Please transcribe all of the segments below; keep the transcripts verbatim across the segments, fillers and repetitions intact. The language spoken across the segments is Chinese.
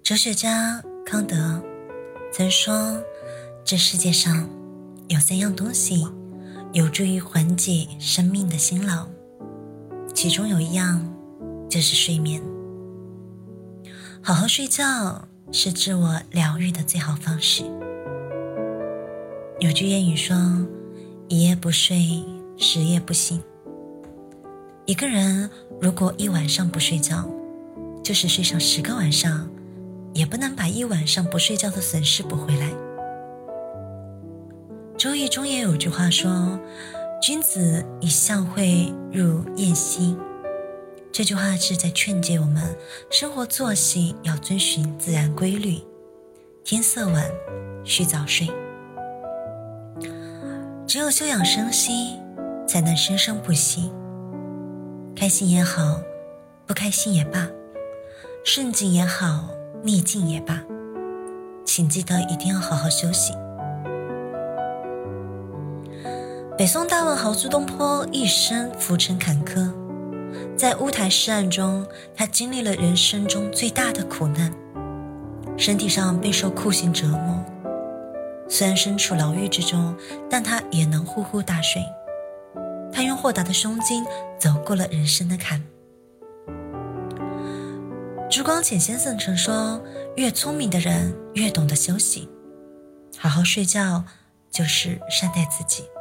哲学家康德曾说，这世界上有三样东西有助于缓解生命的辛劳，其中有一样就是睡眠。好好睡觉是自我疗愈的最好方式。有句谚语说，一夜不睡，十夜不醒。一个人如果一晚上不睡觉，就是睡上十个晚上，也不能把一晚上不睡觉的损失补回来。周易中也有句话说，君子以笑会入夜兮。这句话是在劝诫我们生活作息要遵循自然规律，天色晚需早睡。只有休养生息，才能生生不息。开心也好，不开心也罢，顺境也好，逆境也罢，请记得一定要好好休息。北宋大文豪苏东坡一生浮沉坎坷，在乌台诗案中，他经历了人生中最大的苦难，身体上备受酷刑折磨，虽然身处牢狱之中，但他也能呼呼大睡。他用豁达的胸襟走过了人生的坎。朱光潜先生曾说，越聪明的人越懂得休息，好好睡觉就是善待自己。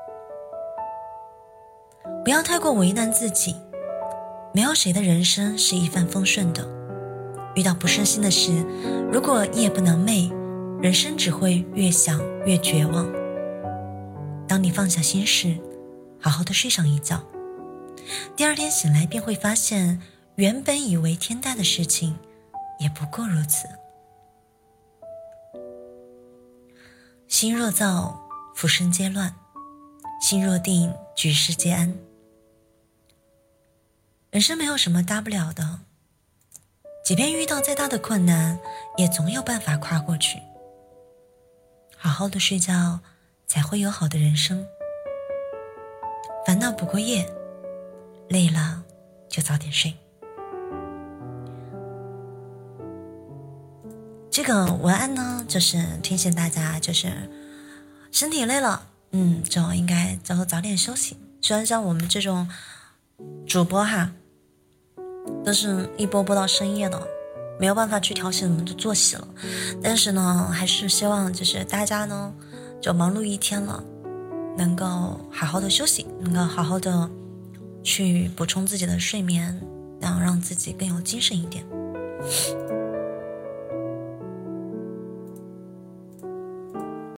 不要太过为难自己，没有谁的人生是一帆风顺的，遇到不顺心的事，如果夜不能寐，人生只会越想越绝望。当你放下心事，好好的睡上一觉，第二天醒来便会发现，原本以为天大的事情也不过如此。心若躁，浮生皆乱；心若定，举世皆安。人生没有什么大不了的，即便遇到再大的困难，也总有办法跨过去。好好的睡觉，才会有好的人生。烦恼不过夜，累了就早点睡。这个文案呢，就是提醒大家，就是身体累了，嗯，就应该就早点休息。虽然像我们这种主播哈，都是一播播到深夜的，没有办法去调醒我们的作息了，但是呢，还是希望就是大家呢，就忙碌一天了，能够好好的休息，能够好好的去补充自己的睡眠，然后让自己更有精神一点。